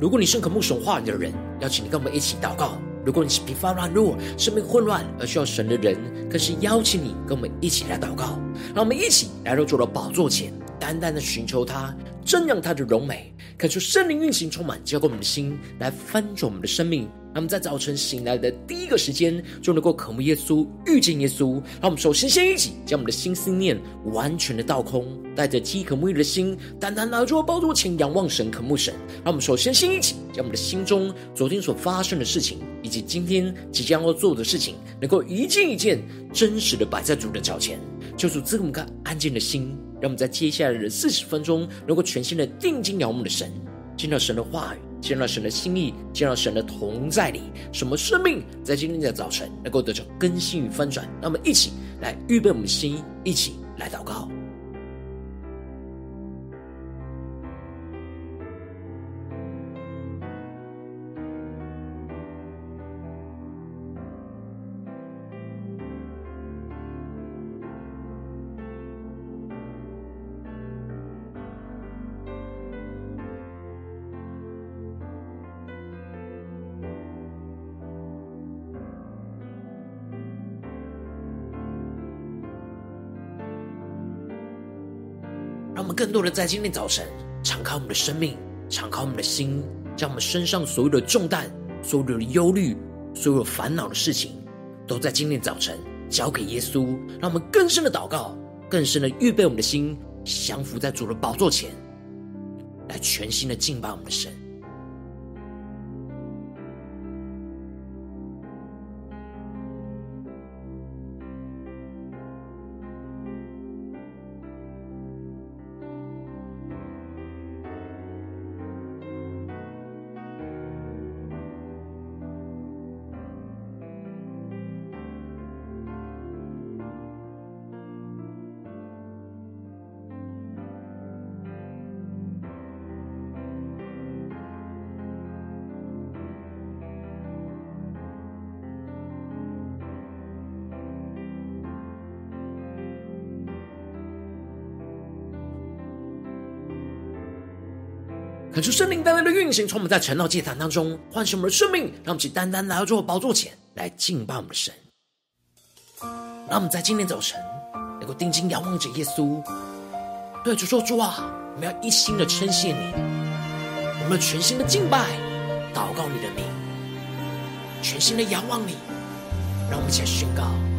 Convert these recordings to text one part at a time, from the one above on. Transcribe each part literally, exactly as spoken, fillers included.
如果你是渴慕神话语的人，邀请你跟我们一起祷告。如果你是疲乏软弱、生命混乱而需要神的人，更是邀请你跟我们一起来祷告。让我们一起来到主的宝座前，单单的寻求他，瞻仰他的荣美，恳求圣灵运行充满，浇灌我们的心，来翻转我们的生命。让我们在早晨醒来的第一个时间，就能够渴慕耶稣，遇见耶稣。让我们首先先一起将我们的心思念完全的倒空，带着饥渴沐浴的心，单单来到宝座前仰望神，渴慕神。让我们首先先一起将我们的心中昨天所发生的事情，以及今天即将要做的事情，能够一件一件真实的摆在主的脚前，求主赐给我们个安静的心，让我们在接下来的四十分钟，能够全心的定睛仰望我们的神，见到神的话语，见到神的心意，见到神的同在里，什么生命在今天的早晨能够得到更新与翻转。让我们一起来预备我们的心，一起来祷告。让我们更多的在今天早晨敞开我们的生命，敞开我们的心，将我们身上所有的重担、所有的忧虑、所有烦恼的事情，都在今天早晨交给耶稣。让我们更深的祷告，更深的预备我们的心，降服在主的宝座前，来全心的敬拜我们的神。恳求圣灵单单的运行，从我们在晨祷祭坛当中唤醒我们的生命，让我们一起单单来到主的宝座前来敬拜我们的神。让我们在今天早晨能够定睛仰望着耶稣，对主说：主啊，我们要一心的称谢你，我们要全心的敬拜祷告你的名，全心的仰望你。让我们一起来宣告：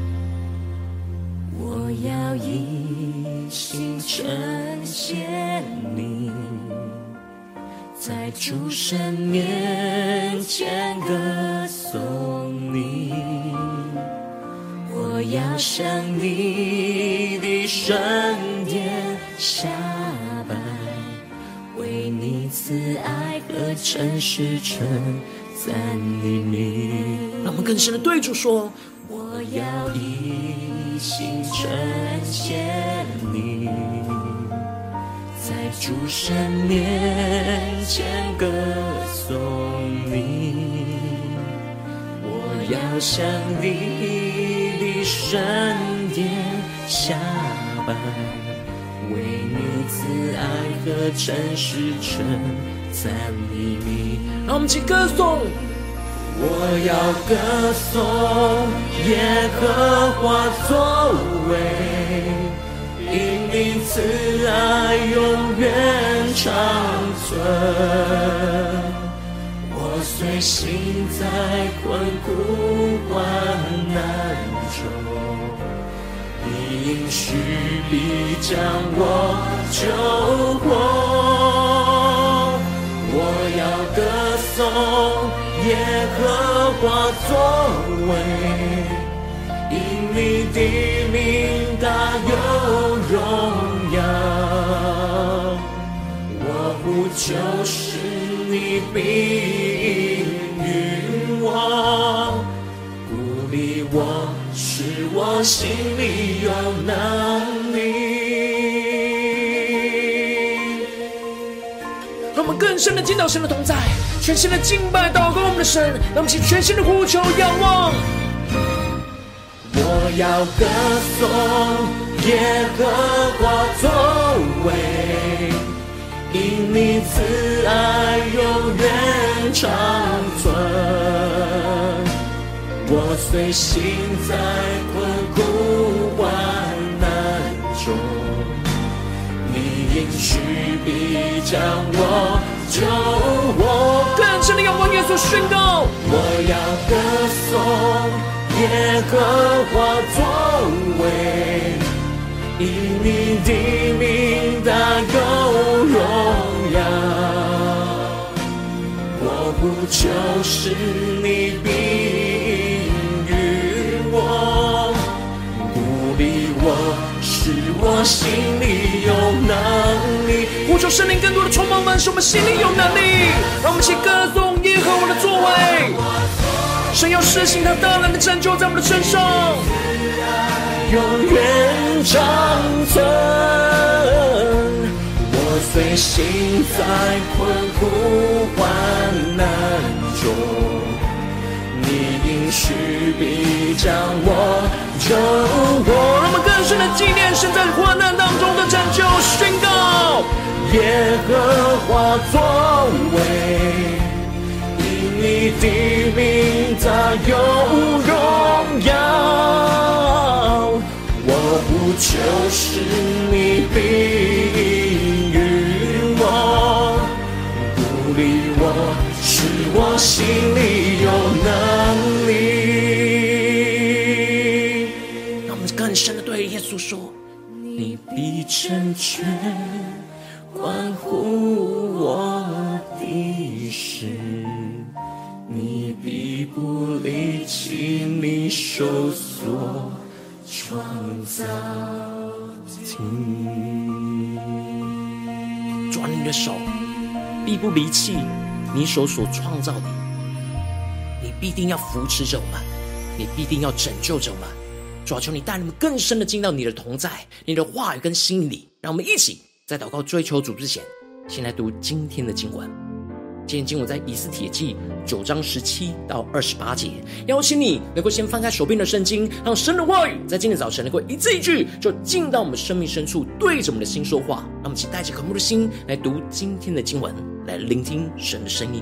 我要一心称谢你，在主神面前歌颂你，我要向你的圣殿下拜，为你慈爱和诚实称赞你名。 让我们更深的对主说： 我要一心称谢你，在主神面前歌颂你，我要向你的圣殿下拜，为你慈爱和诚实称赞你名。 让我们一起歌颂。 我要歌颂耶和华作为，因你慈爱永远长存。我虽行在困苦患难中，你应许必将我救活。我要歌颂耶和华作为，因你的名大有荣耀。我呼求时，你必应允我，鼓励我，使我心里有能力。 让我们更深的见到神的同在，全新的敬拜祷告我们的神，让我们一起全新的呼求仰望。 我要歌颂耶和华作为， 因你慈爱永远长存。我虽行在困苦患难中，你应许必将我救我。 更深的仰望耶稣，宣告： 我要歌颂耶和华作为，因你的名大有荣耀。我不就是你必应允我，鼓励我，使我心里有能力。 呼求圣灵更多的充满们，使我们心里有能力。让我们一起歌颂耶和华的作为，神要施行他大能的拯救在我们的身上， 永远长存。我虽行在困苦患难中，你应许必将我救我。 让我们更深的纪念神在患难当中的拯救，宣告耶和华作为，因你的名大有荣耀。我不就是你必应允我，鼓励我，使我心里有能力。 让我们更深的对耶稣说： 你必成全关乎我的事，你必不离弃你手所创造的。 抓你的手，必不离弃你手所创造的，你必定要扶持着我们，你必定要拯救着我们。主啊，求你带我们更深的进到你的同在，你的话语跟心里。让我们一起在祷告追求主之前，先来读今天的经文。今天经文在以斯帖记九章十七到二十八节。邀请你能够先翻开手边的圣经，让神的话语在今天早晨能够一字一句就进到我们生命深处，对着我们的心说话。让我们一起带着渴慕的心来读今天的经文，来聆听神的声音。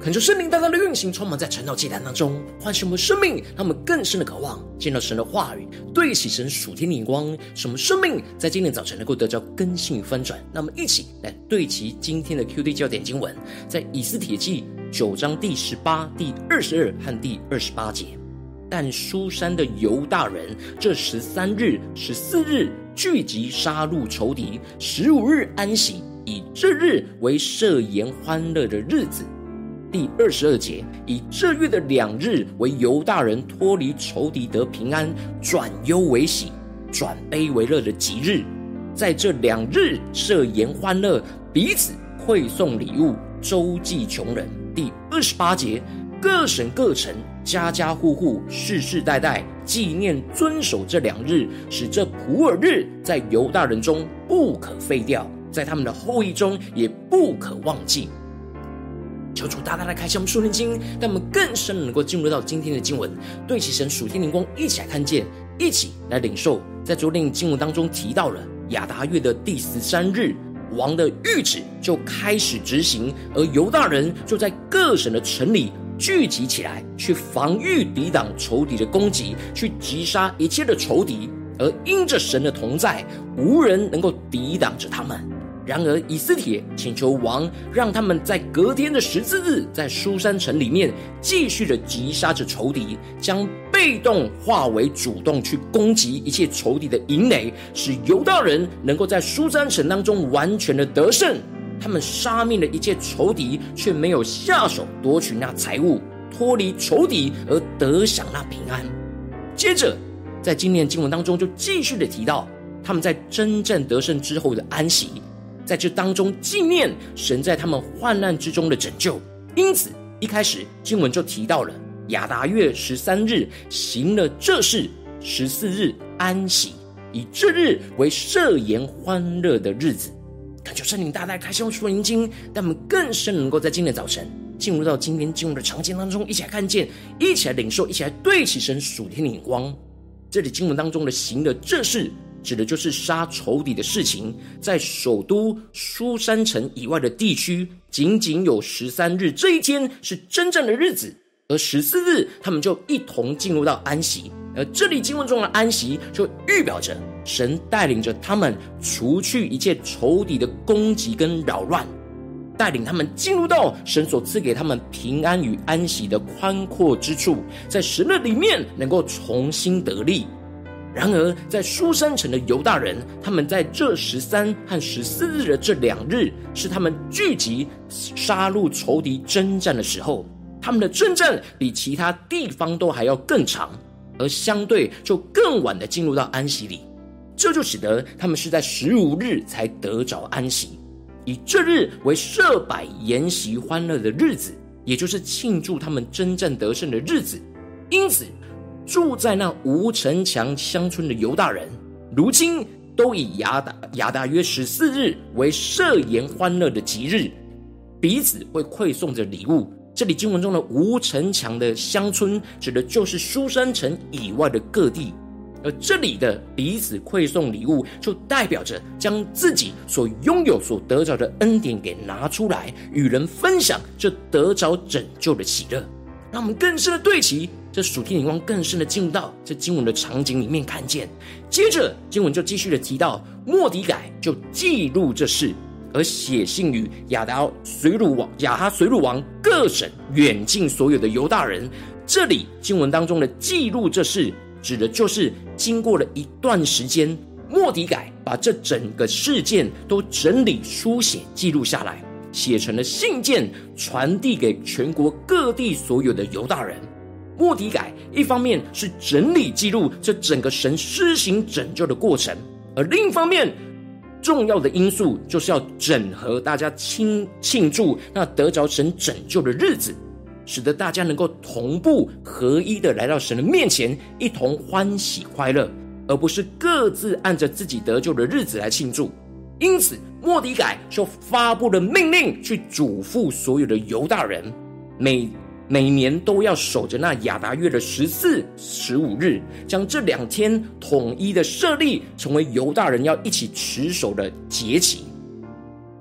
恳求圣灵大大的运行，充满在晨祷祭坛当中，唤醒我们的生命，让我们更深的渴望见到神的话语，对齐神属天的眼光，使我们生命在今天早晨能够得到更新与翻转。那么一起来对齐今天的 Q D 焦点经文，在以斯帖记九章第十八、第二十二和第二十八节。但书珊的犹大人这十三日、十四日聚集杀戮仇敌，十五日安息，以这日为设筵欢乐的日子。第二十二节，以这月的两日为犹大人脱离仇敌得平安，转忧为喜，转悲为乐的吉日。在这两日设筵欢乐，彼此馈送礼物，周济穷人。第二十八节，各省各城家家户户世世代代纪念遵守这两日，使这普尔日在犹大人中不可废掉，在他们的后裔中也不可忘记。求主大大的开启我们属灵经，让我们更深的能够进入到今天的经文，对齐神属天灵光，一起来看见，一起来领受。在昨天经文当中提到了亚达月的第十三日，王的谕旨就开始执行，而犹大人就在各省的城里聚集起来，去防御抵挡仇敌的攻击，去击杀一切的仇敌，而因着神的同在，无人能够抵挡着他们。然而以斯帖请求王让他们在隔天的十四日，在书珊城里面继续的击杀着仇敌，将被动化为主动，去攻击一切仇敌的营垒，使犹大人能够在书珊城当中完全的得胜。他们杀灭了一切仇敌，却没有下手夺取那财物，脱离仇敌而得享那平安。接着在今天经文当中就继续的提到，他们在真正得胜之后的安息，在这当中纪念神在他们患难之中的拯救。因此一开始经文就提到了亚达月十三日行了这事，十四日安息，以这日为设筵欢乐的日子。恳求圣灵大大开启我们属灵经，让我们更深能够在今天早晨进入到今天经文的场景当中，一起来看见，一起来领受，一起来对齐神属天的眼光。这里经文当中的行了这事，指的就是杀仇敌的事情。在首都书珊城以外的地区，仅仅有十三日这一天是真正的日子，而十四日他们就一同进入到安息。而这里经文中的安息就预表着神带领着他们除去一切仇敌的攻击跟扰乱，带领他们进入到神所赐给他们平安与安息的宽阔之处，在神的里面能够重新得力。然而在书珊城的犹大人，他们在这十三和十四日的这两日，是他们聚集杀戮仇敌征战的时候，他们的征战比其他地方都还要更长，而相对就更晚的进入到安息里。这就使得他们是在十五日才得着安息，以这日为设摆筵席欢乐的日子，也就是庆祝他们征战得胜的日子。因此住在那无城墙乡村的犹大人，如今都以亚达亚达约十四日为设筵欢乐的吉日，彼此会馈送着礼物。这里经文中的无城墙的乡村，指的就是书珊城以外的各地，而这里的彼此馈送礼物，就代表着将自己所拥有所得着的恩典给拿出来，与人分享这得着拯救的喜乐。让我们更深的对齐这属天眼光，更深的进入到这经文的场景里面看见。接着经文就继续的提到，末底改就记录这事，而写信于亚达随鲁王亚哈随鲁王各省远近所有的犹大人。这里经文当中的记录这事，指的就是经过了一段时间，末底改把这整个事件都整理书写记录下来，写成了信件，传递给全国各地所有的犹大人。末底改一方面是整理记录这整个神施行拯救的过程，而另一方面重要的因素就是要整合大家庆庆祝那得着神拯救的日子，使得大家能够同步合一的来到神的面前，一同欢喜快乐，而不是各自按着自己得救的日子来庆祝。因此末底改就发布了命令，去嘱咐所有的犹大人，每每年都要守着那亚达月的十四、十五日，将这两天统一的设立，成为犹大人要一起持守的节期。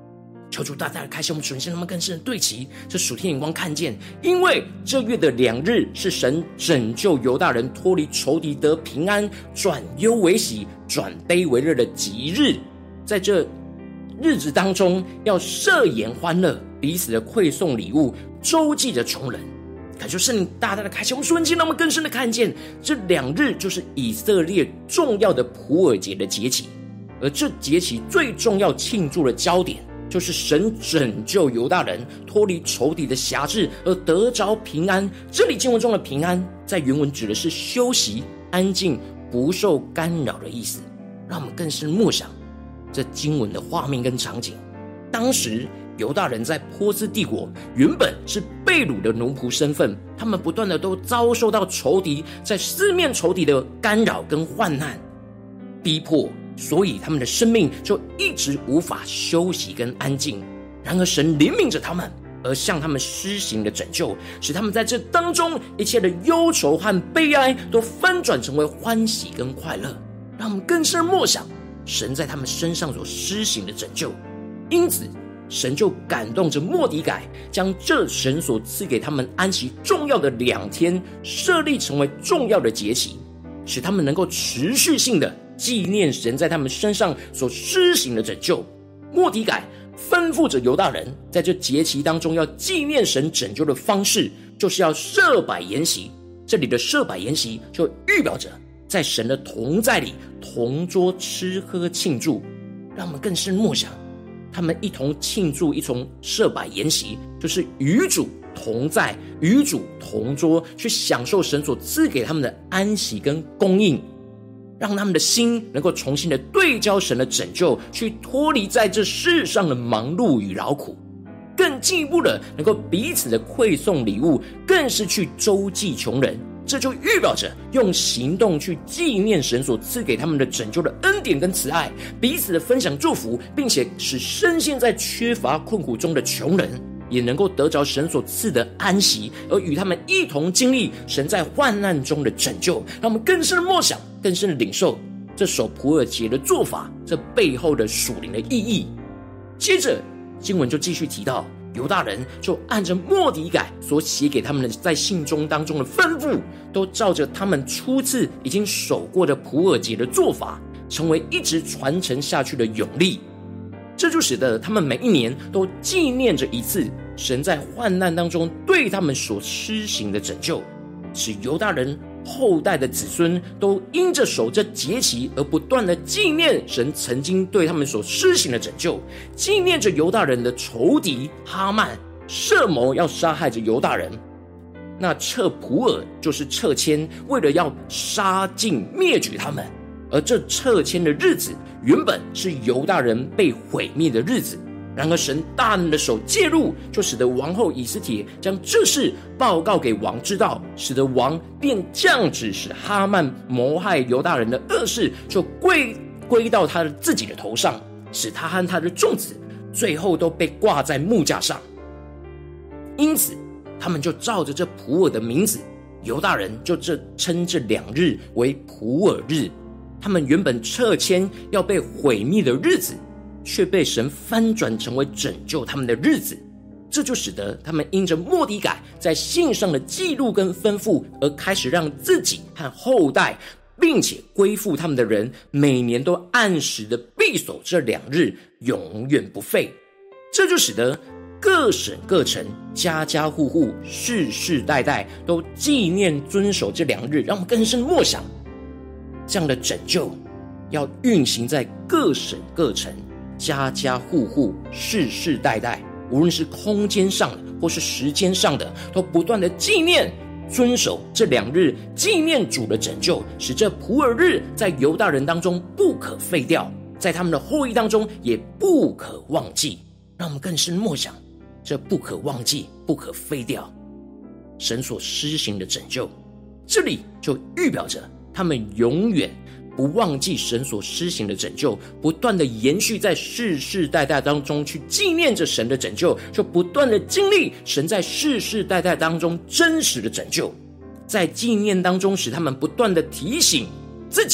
求主大大的开启我们属灵心，让我们更深的对齐这属天眼光，看见，因为这月的两日是神拯救犹大人脱离仇敌得平安，转忧为喜，转悲为乐的吉日。在这日子当中，要设宴欢乐，彼此的馈送礼物，周济着穷人。感谢圣灵大大的开启我们属灵心，让我们更深的看见，这两日就是以色列重要的普珥节的节期，而这节期最重要庆祝的焦点，就是神拯救犹大人脱离仇敌的辖制而得着平安。这里经文中的平安，在原文指的是休息、安静、不受干扰的意思。让我们更深默想这经文的画面跟场景。当时犹大人在波斯帝国原本是被掳的奴仆身份，他们不断的都遭受到仇敌在四面仇敌的干扰跟患难逼迫，所以他们的生命就一直无法休息跟安静。然而神怜悯着他们，而向他们施行的拯救，使他们在这当中一切的忧愁和悲哀都翻转成为欢喜跟快乐。让我们更深默想神在他们身上所施行的拯救。因此神就感动着末底改，将这神所赐给他们安息重要的两天设立成为重要的节期，使他们能够持续性的纪念神在他们身上所施行的拯救。末底改吩咐着犹大人，在这节期当中要纪念神拯救的方式，就是要设摆筵席。这里的设摆筵席就预表着在神的同在里同桌吃喝庆祝。让我们更深默想，他们一同庆祝，一同设摆筵席，就是与主同在，与主同桌，去享受神所赐给他们的安息跟供应，让他们的心能够重新的对焦神的拯救，去脱离在这世上的忙碌与劳苦，更进一步的能够彼此的馈送礼物，更是去周济穷人。这就预表着用行动去纪念神所赐给他们的拯救的恩典跟慈爱，彼此的分享祝福，并且使深陷在缺乏困苦中的穷人也能够得着神所赐的安息，而与他们一同经历神在患难中的拯救。让我们更深的默想，更深的领受这守普珥节的做法，这背后的属灵的意义。接着经文就继续提到，犹大人就按着末底改所写给他们的在信中当中的吩咐，都照着他们初次已经守过的普珥节的做法，成为一直传承下去的永历。这就使得他们每一年都纪念着一次神在患难当中对他们所施行的拯救，使犹大人后代的子孙都因着守这节期而不断的纪念神曾经对他们所施行的拯救，纪念着犹大人的仇敌哈曼设谋要杀害着犹大人。那撤普珥就是撤迁，为了要杀尽灭绝他们，而这撤迁的日子原本是犹大人被毁灭的日子。然而神大能的手介入，就使得王后以斯帖将这事报告给王知道，使得王便降旨，使哈曼谋害犹大人的恶事就归归到他自己的头上，使他和他的众子最后都被挂在木架上。因此他们就照着这普珥的名字，犹大人就这称这两日为普珥日。他们原本撤迁要被毁灭的日子，却被神翻转成为拯救他们的日子。这就使得他们因着末底改在信上的记录跟吩咐，而开始让自己和后代并且归附他们的人，每年都按时的必守这两日，永远不废。这就使得各省各城家家户户世世代代都纪念遵守这两日。让我们更深默想，这样的拯救要运行在各省各城家家户户世世代代，无论是空间上的或是时间上的，都不断的纪念遵守这两日，纪念主的拯救，使这普珥日在犹大人当中不可废掉，在他们的后裔当中也不可忘记。让我们更深默想，这不可忘记不可废掉神所施行的拯救，这里就预表着他们永远不忘记神所施行的拯救，不断的延续在世世代代当中去纪念着神的拯救，就不断的经历神在世世代代当中真实的拯救，在纪念当中使他们不断的提醒自己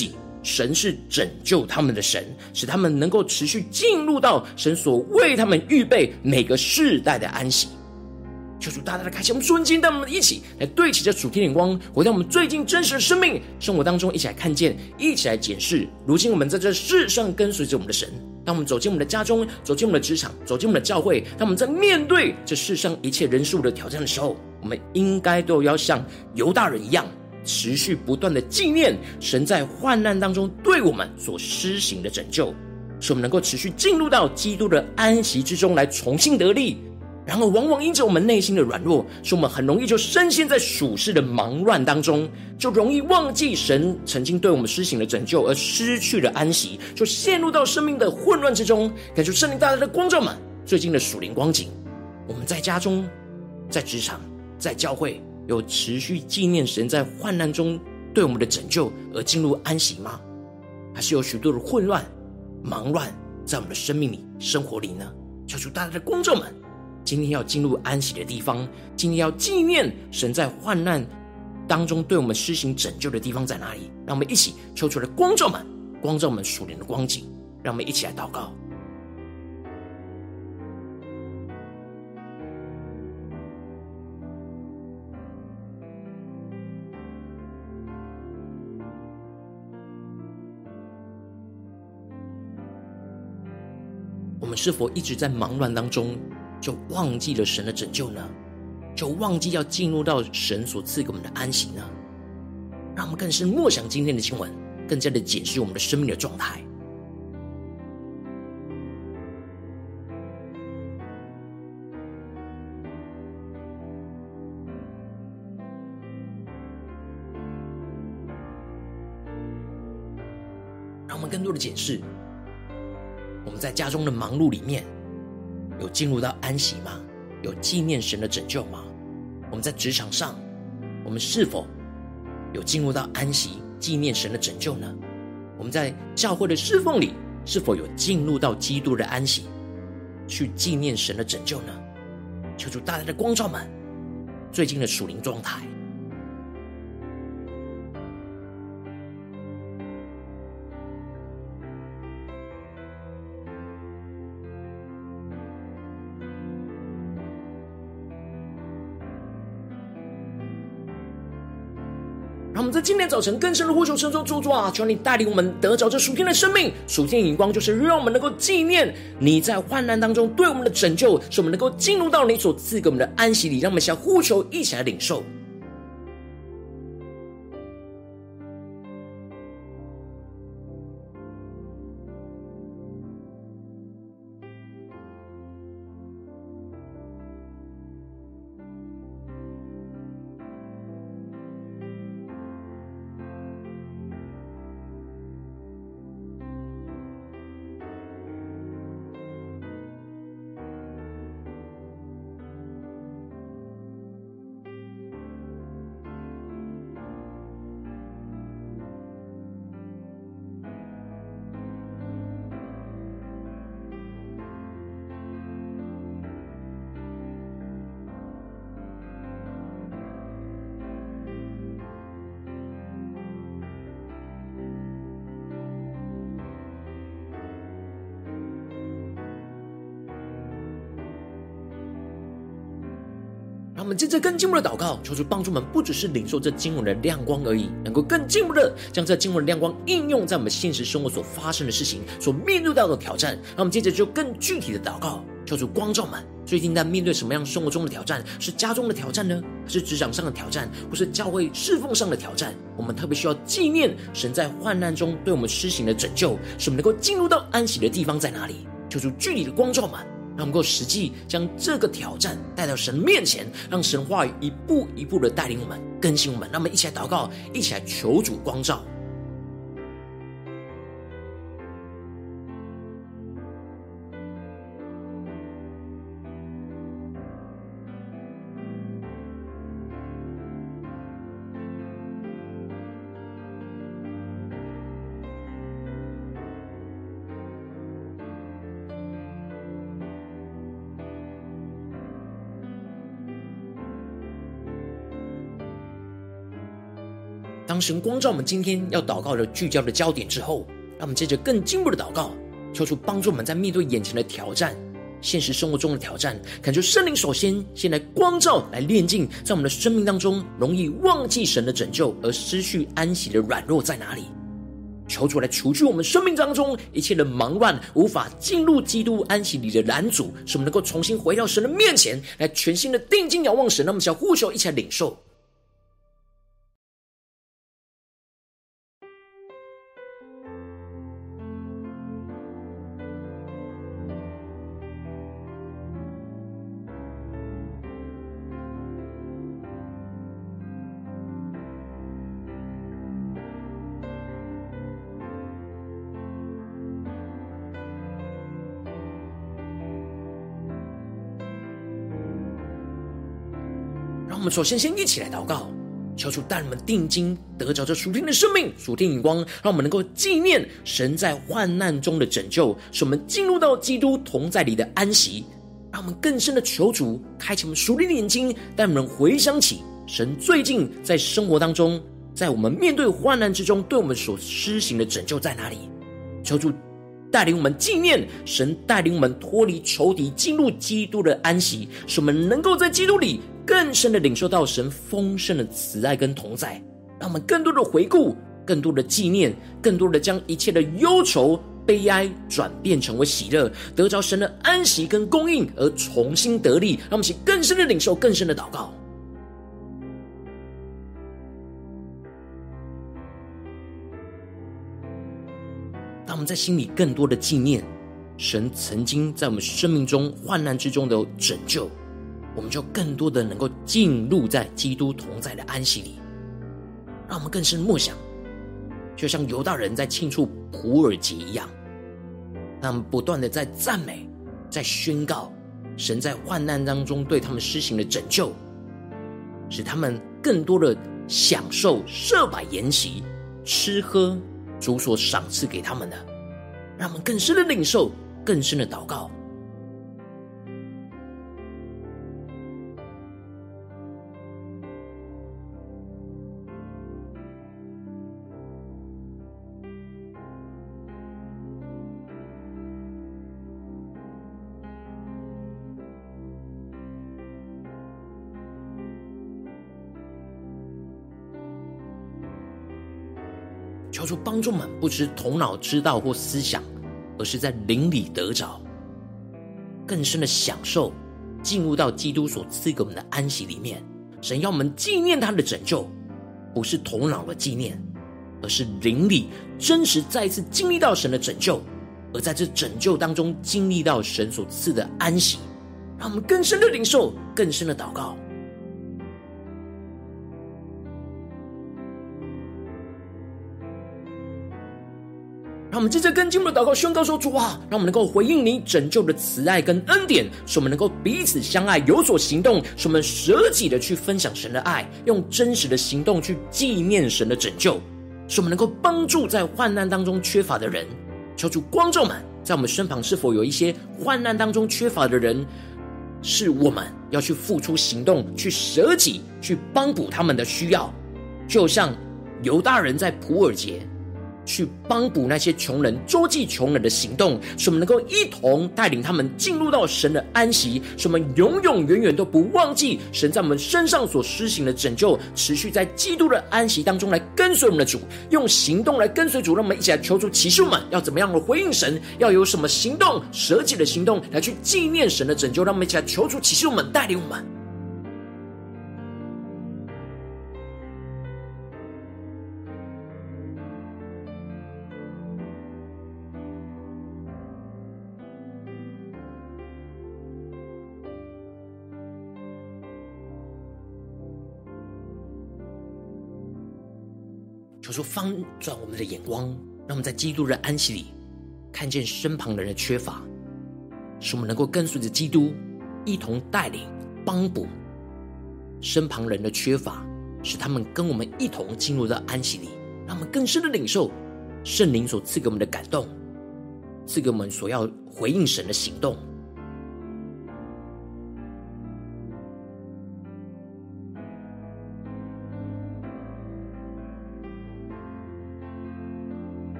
神是拯救他们的神，使他们能够持续进入到神所为他们预备每个世代的安息。求主大大的开启我们瞬间，带我们一起来对齐这属天眼光，回到我们最近真实的生命生活当中，一起来看见，一起来检视。如今我们在这世上跟随着我们的神，当我们走进我们的家中，走进我们的职场，走进我们的教会，当我们在面对这世上一切人事物的挑战的时候，我们应该都要像犹大人一样，持续不断的纪念神在患难当中对我们所施行的拯救，使我们能够持续进入到基督的安息之中来重新得力。然而往往因着我们内心的软弱，使我们很容易就深陷在属世的忙乱当中，就容易忘记神曾经对我们施行的拯救，而失去了安息，就陷入到生命的混乱之中。感谢圣灵带来的光照们最近的属灵光景，我们在家中、在职场、在教会，有持续纪念神在患难中对我们的拯救而进入安息吗？还是有许多的混乱、忙乱在我们的生命里、生活里呢？求主大家的光照们，今天要进入安息的地方，今天要纪念神在患难当中对我们施行拯救的地方在哪里？让我们一起求出来光照们，光照我们属灵的光景，让我们一起来祷告。我们是否一直在忙乱当中，就忘记了神的拯救呢？就忘记要进入到神所赐给我们的安息呢？让我们更是默想今天的经文，更加的检视我们的生命的状态。让我们更多的检视，我们在家中的忙碌里面，有进入到安息吗？有纪念神的拯救吗？我们在职场上，我们是否有进入到安息、纪念神的拯救呢？我们在教会的侍奉里，是否有进入到基督的安息，去纪念神的拯救呢？求主大家的光照们最近的属灵状态。让我们在今天早晨更深的呼求神中主主啊，求你带领我们得着这属天的生命。属天的眼光就是让我们能够纪念你在患难当中对我们的拯救，使我们能够进入到你所赐给我们的安息里。让我们想呼求，一起来领受。让我们接着更进一步的祷告，求主帮助我们，不只是领受这经文的亮光而已，能够更进一步的将这经文的亮光应用在我们现实生活所发生的事情、所面对到的挑战。让我们接着就更具体的祷告，求主光照们最近在面对什么样生活中的挑战？是家中的挑战呢？还是职场上的挑战？或是教会侍奉上的挑战？我们特别需要纪念神在患难中对我们施行的拯救，使我们能够进入到安息的地方在哪里？求主具体的光照们，让我们能够实际将这个挑战带到神面前，让神话语一步一步的带领我们、更新我们。让我们一起来祷告，一起来求主光照。 当神光照我们今天要祷告的聚焦的焦点之后，让我们接着更进一步的祷告，求主帮助我们在面对眼前的挑战，现实生活中的挑战，恳求圣灵首先先来光照，来炼净在我们的生命当中容易忘记神的拯救而失去安息的软弱在哪里。求主来除去我们生命当中一切的忙乱，无法进入基督安息里的拦阻，使我们能够重新回到神的面前，来全心的定睛仰望神。那么想呼求，一起来领受。我们首先先一起来祷告，求主带我们定睛得着这属天的生命、属天眼光，让我们能够纪念神在患难中的拯救，使我们进入到基督同在里的安息。让我们更深的求主开启我们属灵的眼睛，带我们回想起神最近在生活当中，在我们面对患难之中对我们所施行的拯救在哪里。求主带领我们纪念神带领我们脱离仇敌，进入基督的安息，使我们能够在基督里更深的领受到神丰盛的慈爱跟同在，让我们更多的回顾，更多的纪念，更多的将一切的忧愁悲哀转变成为喜乐，得着神的安息跟供应而重新得力。让我们一起更深的领受，更深的祷告。当我们在心里更多的纪念神曾经在我们生命中患难之中的拯救，我们就更多的能够进入在基督同在的安息里。让我们更深默想，就像犹大人在庆祝普珥节一样，他们不断的在赞美，在宣告神在患难当中对他们施行的拯救，使他们更多的享受设摆筵席，吃喝主所赏赐给他们的。让我们更深的领受，更深的祷告。求主帮助我们，不只是头脑知道或思想，而是在灵里得着，更深的享受，进入到基督所赐给我们的安息里面。神要我们纪念他的拯救，不是头脑的纪念，而是灵里真实再一次经历到神的拯救，而在这拯救当中经历到神所赐的安息。让我们更深的领受，更深的祷告。让我们接着更进一步的祷告，宣告说：主啊，让我们能够回应你拯救的慈爱跟恩典，使我们能够彼此相爱，有所行动，使我们舍己的去分享神的爱，用真实的行动去纪念神的拯救，使我们能够帮助在患难当中缺乏的人。求主光照们，在我们身旁是否有一些患难当中缺乏的人，是我们要去付出行动，去舍己，去帮补他们的需要，就像犹大人在普珥节去帮补那些穷人，周济穷人的行动，使我们能够一同带领他们进入到神的安息，使我们永永远远都不忘记神在我们身上所施行的拯救，持续在基督的安息当中来跟随我们的主，用行动来跟随主。让我们一起来求主启示我们要怎么样的回应神，要有什么行动，舍己的行动来去纪念神的拯救。让我们一起来求主启示我们，带领我们。求主翻转我们的眼光，让我们在基督的安息里看见身旁人的缺乏，使我们能够跟随着基督一同带领帮补身旁人的缺乏，使他们跟我们一同进入到安息里，让我们更深的领受圣灵所赐给我们的感动，赐给我们所要回应神的行动。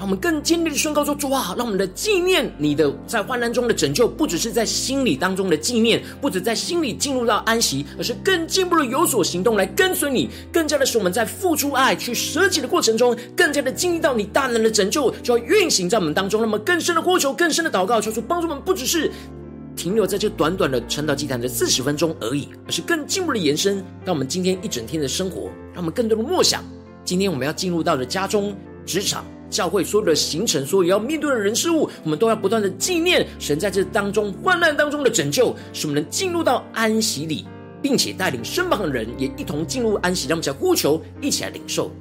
让我们更坚定的宣告说，主啊，让我们的纪念你的在患难中的拯救，不只是在心里当中的纪念，不只在心里进入到安息，而是更进一步的有所行动来跟随你，更加的使我们在付出爱去舍己的过程中，更加的经历到你大能的拯救就要运行在我们当中。那么更深的呼求，更深的祷告，求主帮助我们，不只是停留在这短短的晨祷祭坛的四十分钟而已，而是更进一步的延伸到我们今天一整天的生活，让我们更多的默想今天我们要进入到的家中、职场、教会所有的行程，所有要面对的人事物，我们都要不断的纪念神在这当中患难当中的拯救，使我们能进入到安息里，并且带领身旁的人也一同进入安息。让我们一起来呼求，一起来领受。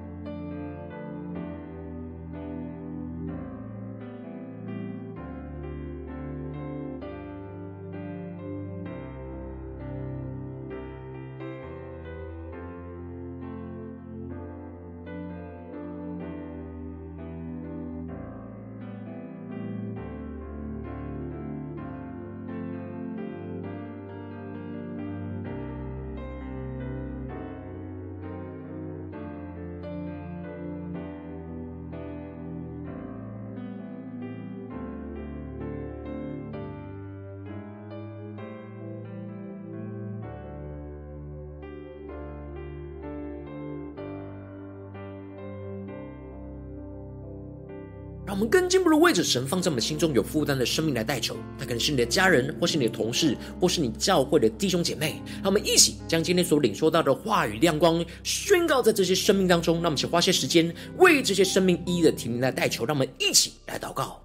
让我们更进一步的为着神放在我们心中有负担的生命来代求，他可能是你的家人，或是你的同事，或是你教会的弟兄姐妹。让我们一起将今天所领受到的话语亮光宣告在这些生命当中。让我们一起花些时间为这些生命一一的提名来代求。让我们一起来祷告。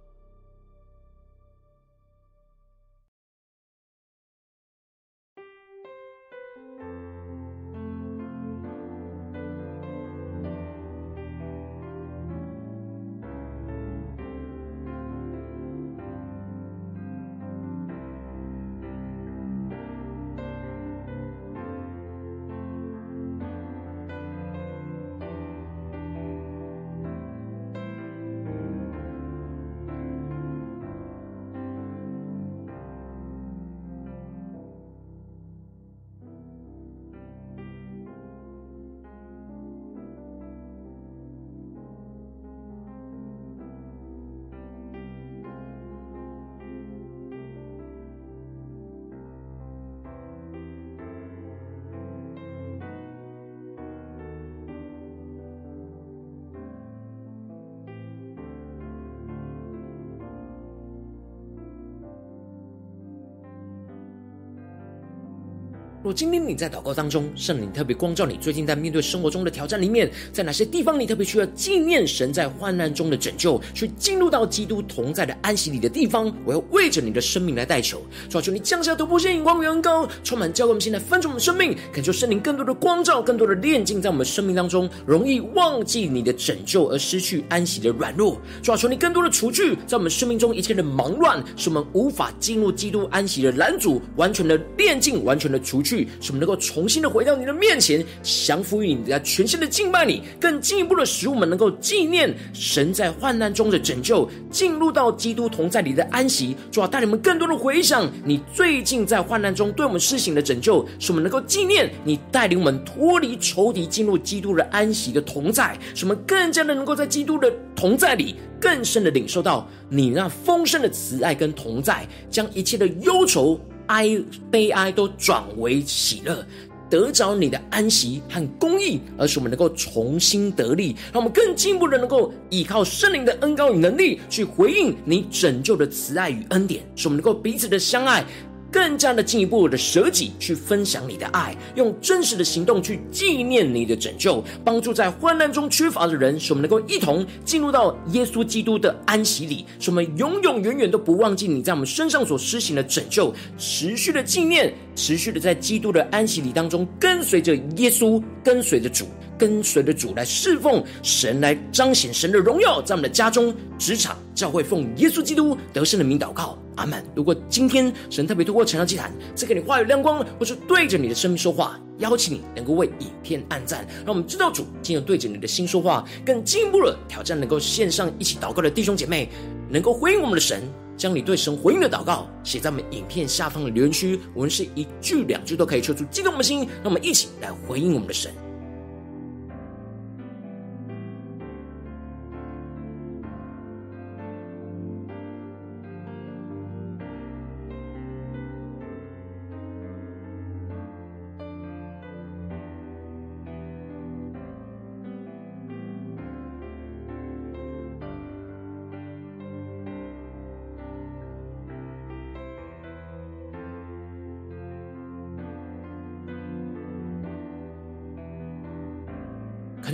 若今天你在祷告当中，圣灵特别光照你最近在面对生活中的挑战里面，在哪些地方你特别需要纪念神在患难中的拯救，去进入到基督同在的安息里的地方，我要为着你的生命来代求。主啊，求你降下突破性眼光与恩膏，充满教会我们现在分出我们生命，恳求圣灵更多的光照，更多的炼净在我们生命当中容易忘记你的拯救而失去安息的软弱。主啊，求你更多的除去在我们生命中一切的忙乱，使我们无法进入基督安息的拦阻，完全的炼净，完全的除去，使我们能够重新的回到你的面前，降服于你，在全心的敬拜你，更进一步的使我们能够纪念神在患难中的拯救，进入到基督同在里的安息。主啊，带领我们更多的回想你最近在患难中对我们施行的拯救，使我们能够纪念你带领我们脱离仇敌，进入基督的安息的同在，使我们更加的能够在基督的同在里更深的领受到你那丰盛的慈爱跟同在，将一切的忧愁哀悲哀都转为喜乐，得着你的安息和公义，而使我们能够重新得力，让我们更进一步的能够依靠圣灵的恩膏与能力，去回应你拯救的慈爱与恩典，使我们能够彼此的相爱，更加的进一步的舍己去分享你的爱，用真实的行动去纪念你的拯救，帮助在患难中缺乏的人，使我们能够一同进入到耶稣基督的安息里，使我们永永远远都不忘记你在我们身上所施行的拯救，持续的纪念，持续的在基督的安息里当中跟随着耶稣，跟随着主，跟随着主来侍奉神，来彰显神的荣耀，在我们的家中、职场、教会，奉耶稣基督得胜的名祷告，阿们。如果今天神特别透过晨祷祭坛赐给你话语亮光，或是对着你的生命说话，邀请你能够为影片按赞，让我们知道主今天对着你的心说话，更进一步的挑战能够线上一起祷告的弟兄姐妹，能够回应我们的神，将你对神回应的祷告写在我们影片下方的留言区，我们是一句两句都可以说出激动我们的心，让我们一起来回应我们的神。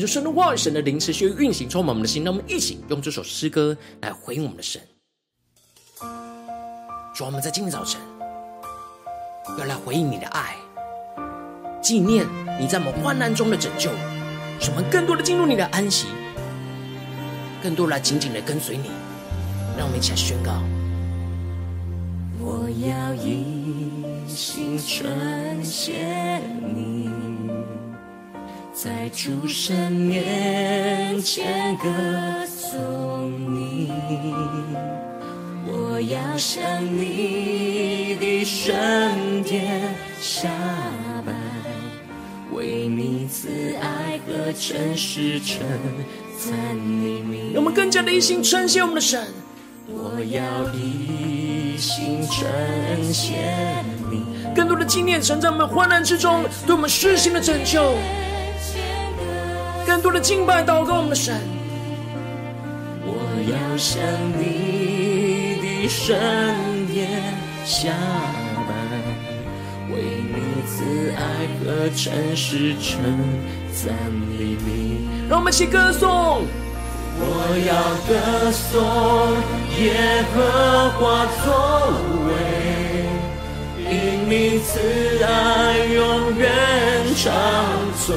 求神的话语、神的灵持续运行，充满我们的心。让我们一起用这首诗歌来回应我们的神。主啊，我们在今天早晨要来回应你的爱，纪念你在我们患难中的拯救，使我们更多的进入你的安息，更多来紧紧的跟随你。让我们一起来宣告： 我要一心称谢你，在主神面前歌颂你。我要向你的圣殿下拜，为你慈爱和诚实称赞你名。 让我们更加的一心称谢我们的神。 我要一心称谢你， 更多的纪念神在我们患难之中对我们施行的拯救，更多的敬拜祷告我们的神。 我要向你的圣殿下拜，为你慈爱和诚实称赞你名。 让我们一起歌颂。 我要歌颂耶和华作为，因你慈爱永远长存。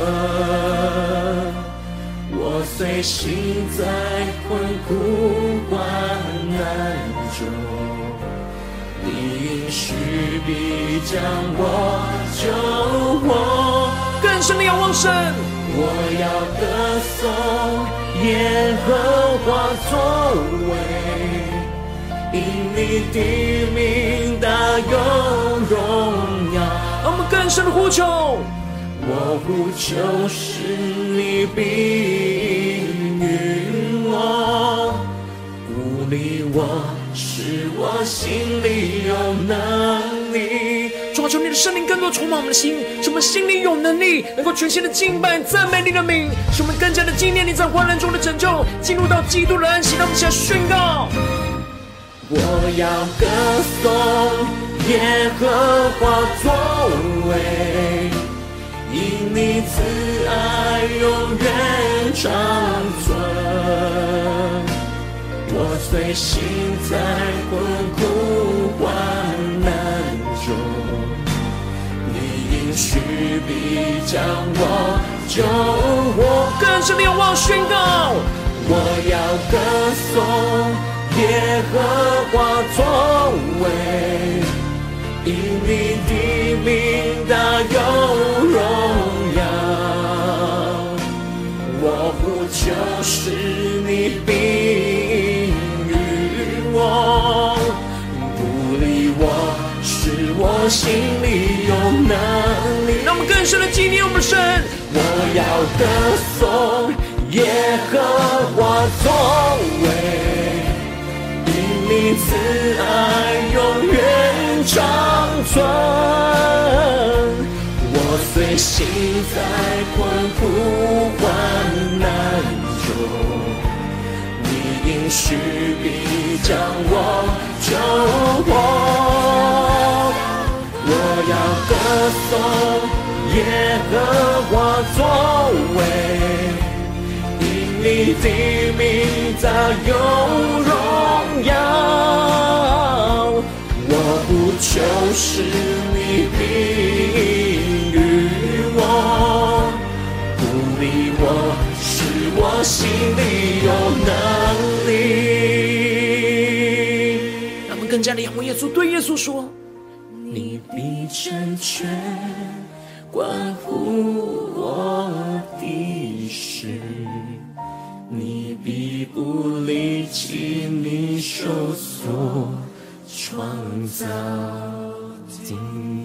我虽行在困苦患难中，你应许必将我救活。 更深的仰望神。 我要歌颂耶和华作为，因你的名大有荣耀。 让我们更深的呼求， 我呼求是你必应允我，鼓励我，使我心里有能力。 主啊，求你的圣灵更多充满我们的心，使我们心里有能力，能够全心的敬拜赞美你的名，使我们更加的纪念你在患难中的拯救，进入到基督的安息。让我们一起来宣告： 我要歌颂耶和华作为，因你慈爱永远长存。我虽行在困苦患难中，你应许必将我救活。 更深的仰望宣告： 我要歌颂耶和华作为，因你的名大有荣耀。我呼求是你必与我，鼓励我，使我心里有能力。 让我们更深的纪念我们的神。 我要歌颂耶和华作为，因你慈爱永远长存。我虽行在困苦患难中，你应许必将我救活。我要歌颂耶和华作为，因你的名大有荣耀。我呼求是你必与我，鼓励我，使我心里有能力。 让我们更加的仰望耶稣，对耶稣说： 你必成全关乎我的事，你必不离弃你手所创造的。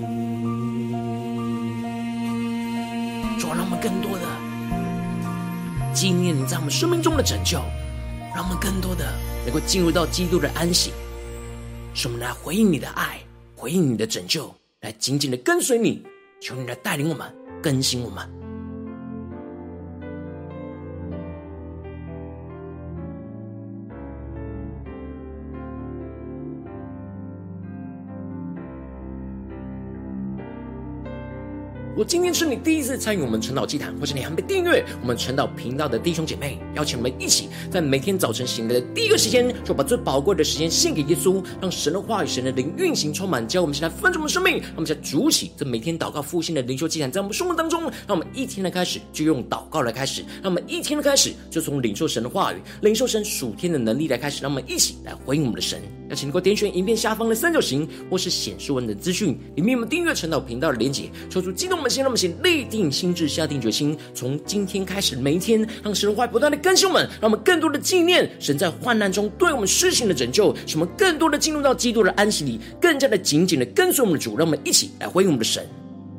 主啊，让我们更多的纪念你在我们生命中的拯救，让我们更多的能够进入到基督的安息，使我们来回应你的爱，回应你的拯救，来紧紧的跟随你。求你来带领我们，更新我们。 如果今天是你第一次参与我们晨祷祭坛，或是你还没订阅我们晨祷频道的弟兄姐妹，邀请我们一起在每天早晨醒来的第一个时间，就把最宝贵的时间献给耶稣，让神的话语、神的灵运行充满，教我们现在分盛我们的生命。让我们现在主起这每天祷告复兴的灵修祭坛，在我们生活当中，让我们一天的开始就用祷告来开始，让我们一天的开始就从领受神的话语、领受神属天的能力来开始，让我们一起来回应我们的神。邀请你给我点选影片下方的三角形，或是显示文的资讯里面有我们订阅晨祷频道的连结，抽出激动我们的心，让我们先立定心志，下定决心，从今天开始每一天，让神的话不断的更新我们，让我们更多的纪念神在患难中对我们施行的拯救，使我们更多的进入到基督的安息里，更加的紧紧的跟随我们的主。让我们一起来回应我们的神。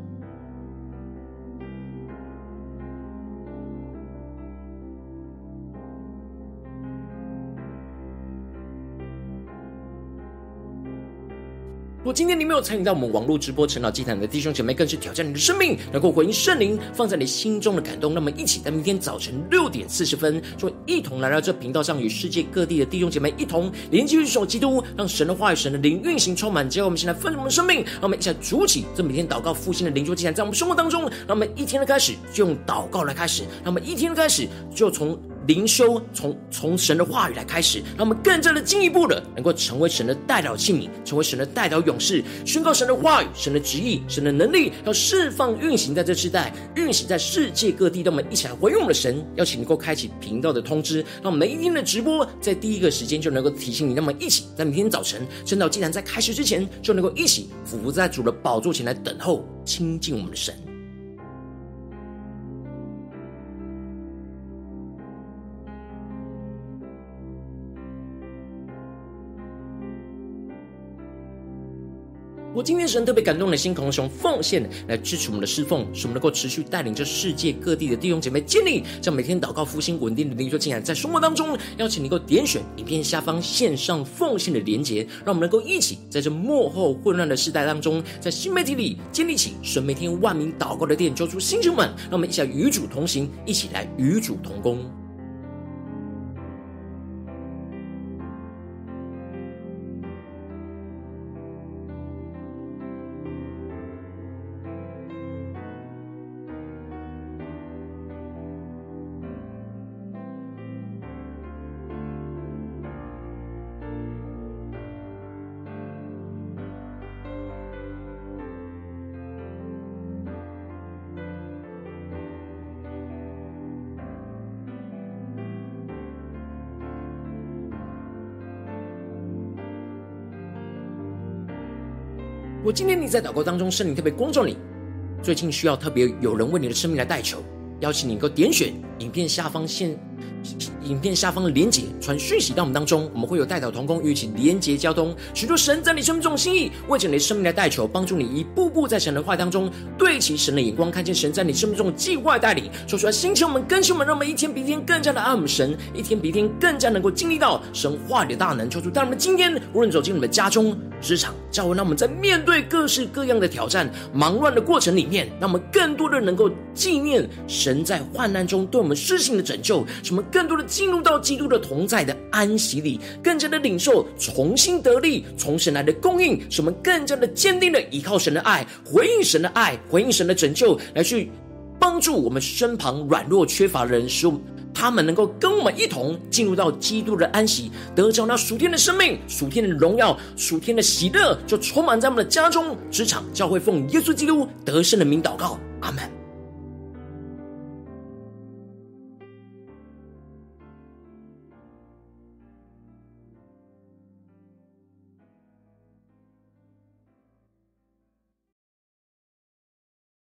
如果今天你没有参与到我们网络直播晨祷祭坛的弟兄姐妹，更是挑战你的生命，能够回应圣灵放在你心中的感动。那么一起在明天早晨六点四十分，就一同来到这频道上，与世界各地的弟兄姐妹一同连接于主基督，让神的话语、神的灵运行充满，结果我们现在分盛我们的生命。让我们一起来主起这每天祷告复兴的灵修祭坛，在我们生活当中，让我们一天的开始就用祷告来开始，让我们一天的开始就从灵修从从神的话语来开始，让我们更加的进一步的能够成为神的代祷器皿，成为神的代祷勇士，宣告神的话语、神的旨意、神的能力，要释放运行在这世代，运行在世界各地。让我们一起来回应我们的神，邀请能够开启频道的通知，让每一天的直播在第一个时间就能够提醒你。那么一起在明天早晨晨祷祭坛在开始之前，就能够一起俯伏在主的宝座前来等候亲近我们的神。我今天神特别感动的心，渴望使用奉献来支持我们的侍奉，使我们能够持续带领着世界各地的弟兄姐妹建立这样每天祷告复兴稳定的灵修进来，在生活当中邀请你能够点选影片下方线上奉献的连结，让我们能够一起在这末后混乱的时代当中，在新媒体里建立起神每天万名祷告的殿，揪出星球们，让我们一起来与主同行，一起来与主同工。如果今天你在祷告当中，圣灵特别光照你，最近需要特别有人为你的生命来代求，邀请你能够点选影片下方线影片下方的连结，传讯息到我们当中，我们会有代祷同工与一起连结交通，许多神在你生命中的心意，为着你的生命来代求，帮助你一步步在神的话当中对齐神的眼光，看见神在你生命中的计划带领，说出来兴起我们更新我们，让我们一天比一天更加的爱我们神，一天比一天更加能够经历到神话里的大能。求主带我们今天无论走进你们的家中、职场、教会，让我们在面对各式各样的挑战、忙乱的过程里面，让我们更多的能够纪念神在患难中对我们施行的拯救，使我们更多的进入到基督的同在的安息里，更加的领受重新得力从神来的供应，使我们更加的坚定的依靠神的爱，回应神的爱，回应神的拯救，来去帮助我们身旁软弱缺乏的人，使我们他们能够跟我们一同进入到基督的安息，得着那属天的生命、属天的荣耀、属天的喜乐，就充满在我们的家中、职场、教会，奉耶稣基督得胜的名祷告，阿们。